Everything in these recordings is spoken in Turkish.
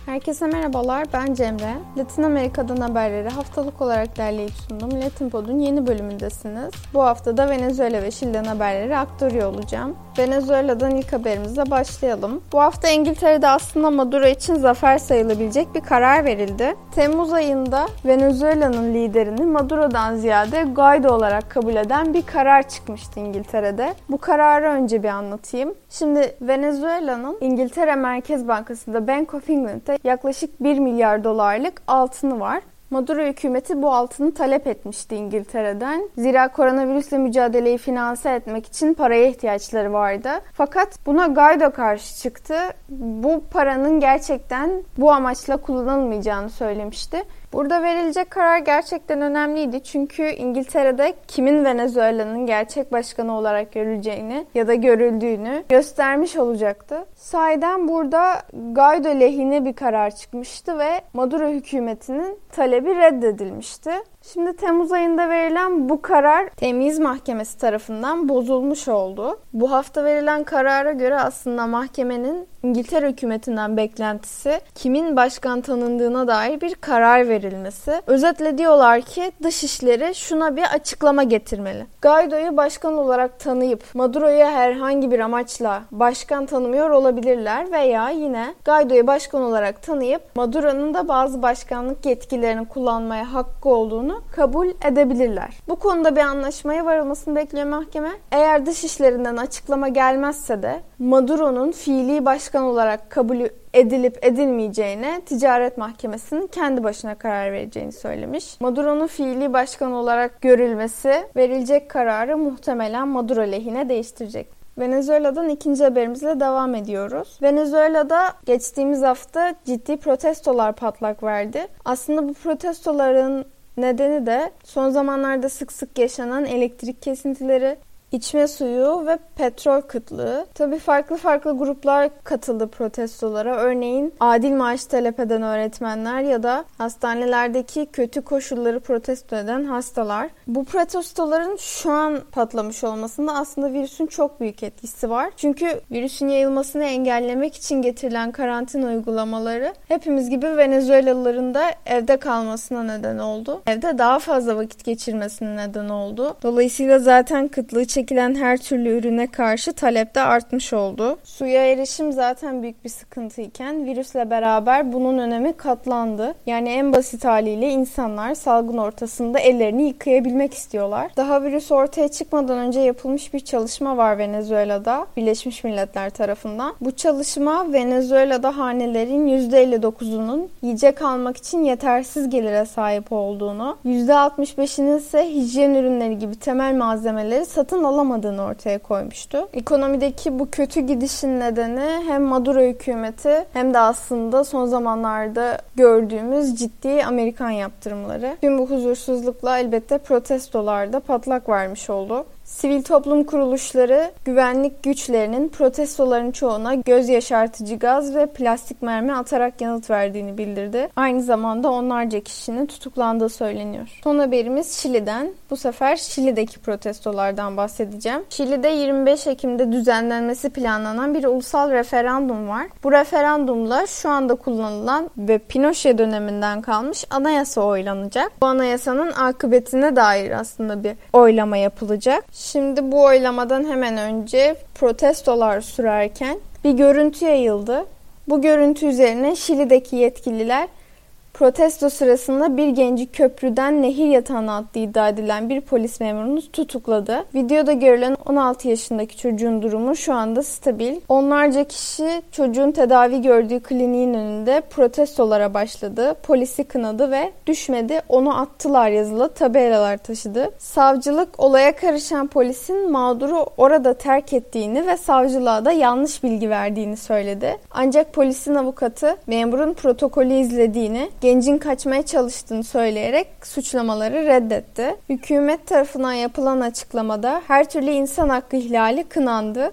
Herkese merhabalar, ben Cemre. Latin Amerika'dan haberleri haftalık olarak derleyip sunduğum Latin Pod'un yeni bölümündesiniz. Bu hafta da Venezuela ve Şili'den haberleri aktarıyor olacağım. Venezuela'dan ilk haberimizle başlayalım. Bu hafta İngiltere'de aslında Maduro için zafer sayılabilecek bir karar verildi. Temmuz ayında Venezuela'nın liderini Maduro'dan ziyade Guaido olarak kabul eden bir karar çıkmıştı İngiltere'de. Bu kararı önce bir anlatayım. Şimdi Venezuela'nın İngiltere Merkez Bankası'nda Bank of England'de yaklaşık 1 milyar dolarlık altını var. Maduro hükümeti bu altını talep etmişti İngiltere'den. Zira koronavirüsle mücadeleyi finanse etmek için paraya ihtiyaçları vardı. Fakat buna Guaido karşı çıktı. Bu paranın gerçekten bu amaçla kullanılmayacağını söylemişti. Burada verilecek karar gerçekten önemliydi. Çünkü İngiltere'de kimin Venezuela'nın gerçek başkanı olarak görüleceğini ya da görüldüğünü göstermiş olacaktı. Sahiden burada Guaido lehine bir karar çıkmıştı ve Maduro hükümetinin talebi reddedilmişti. Şimdi Temmuz ayında verilen bu karar Temyiz Mahkemesi tarafından bozulmuş oldu. Bu hafta verilen karara göre aslında mahkemenin İngiltere hükümetinden beklentisi kimin başkan tanındığına dair bir karar verilmesi. Özetle diyorlar ki Dışişleri şuna bir açıklama getirmeli. Guaido'yu başkan olarak tanıyıp Maduro'yu herhangi bir amaçla başkan tanımıyor olabilirler veya yine Guaido'yu başkan olarak tanıyıp Maduro'nun da bazı başkanlık yetkilerini kullanmaya hakkı olduğunu kabul edebilirler. Bu konuda bir anlaşmaya varılmasını bekliyor mahkeme. Eğer Dışişleri'nden açıklama gelmezse de Maduro'nun fiili başkan olarak kabul edilip edilmeyeceğine Ticaret Mahkemesi'nin kendi başına karar vereceğini söylemiş. Maduro'nun fiili başkan olarak görülmesi verilecek kararı muhtemelen Maduro lehine değiştirecek. Venezuela'dan ikinci haberimizle devam ediyoruz. Venezuela'da geçtiğimiz hafta ciddi protestolar patlak verdi. Aslında bu protestoların nedeni de son zamanlarda sık sık yaşanan elektrik kesintileri, İçme suyu ve petrol kıtlığı. Tabii farklı gruplar katıldı protestolara. Örneğin adil maaş talep eden öğretmenler ya da hastanelerdeki kötü koşulları protesto eden hastalar. Bu protestoların şu an patlamış olmasında aslında virüsün çok büyük etkisi var. Çünkü virüsün yayılmasını engellemek için getirilen karantina uygulamaları hepimiz gibi Venezuelalıların da evde kalmasına neden oldu. Evde daha fazla vakit geçirmesine neden oldu. Dolayısıyla zaten kıtlığı çekilen her türlü ürüne karşı talep de artmış oldu. Suya erişim zaten büyük bir sıkıntıyken virüsle beraber bunun önemi katlandı. Yani en basit haliyle insanlar salgın ortasında ellerini yıkayabilmek istiyorlar. Daha virüs ortaya çıkmadan önce yapılmış bir çalışma var Venezuela'da, Birleşmiş Milletler tarafından. Bu çalışma Venezuela'da hanelerin %59'unun yiyecek almak için yetersiz gelire sahip olduğunu, %65'inin ise hijyen ürünleri gibi temel malzemeleri satın alamadığını ortaya koymuştu. Ekonomideki bu kötü gidişin nedeni hem Maduro hükümeti hem de aslında son zamanlarda gördüğümüz ciddi Amerikan yaptırımları. Tüm bu huzursuzlukla elbette protestolarda patlak vermiş oldu. Sivil toplum kuruluşları güvenlik güçlerinin protestoların çoğuna göz yaşartıcı gaz ve plastik mermi atarak yanıt verdiğini bildirdi. Aynı zamanda onlarca kişinin tutuklandığı söyleniyor. Son haberimiz Şili'den. Bu sefer Şili'deki protestolardan bahsedeceğim. Şili'de 25 Ekim'de düzenlenmesi planlanan bir ulusal referandum var. Bu referandumla şu anda kullanılan ve Pinochet döneminden kalmış anayasa oylanacak. Bu anayasanın akıbetine dair aslında bir oylama yapılacak. Şimdi bu oylamadan hemen önce protestolar sürerken bir görüntü yayıldı. Bu görüntü üzerine Şili'deki yetkililer protesto sırasında bir genci köprüden nehir yatağına attığı iddia edilen bir polis memurunu tutukladı. Videoda görülen 16 yaşındaki çocuğun durumu şu anda stabil. Onlarca kişi çocuğun tedavi gördüğü kliniğin önünde protestolara başladı. Polisi kınadı ve düşmedi, onu attılar yazılı tabelalar taşıdı. Savcılık olaya karışan polisin mağduru orada terk ettiğini ve savcılığa da yanlış bilgi verdiğini söyledi. Ancak polisin avukatı memurun protokolü izlediğini, gencin kaçmaya çalıştığını söyleyerek suçlamaları reddetti. Hükümet tarafından yapılan açıklamada her türlü insan hakkı ihlali kınandı.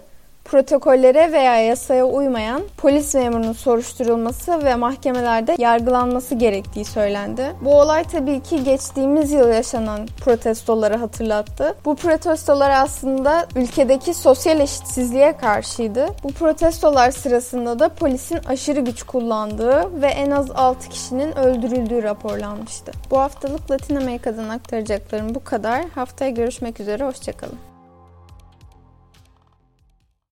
protokollere veya yasaya uymayan polis memurunun soruşturulması ve mahkemelerde yargılanması gerektiği söylendi. Bu olay tabii ki geçtiğimiz yıl yaşanan protestoları hatırlattı. Bu protestolar aslında ülkedeki sosyal eşitsizliğe karşıydı. Bu protestolar sırasında da polisin aşırı güç kullandığı ve en az 6 kişinin öldürüldüğü raporlanmıştı. Bu haftalık Latin Amerika'dan aktaracaklarım bu kadar. Haftaya görüşmek üzere, hoşçakalın.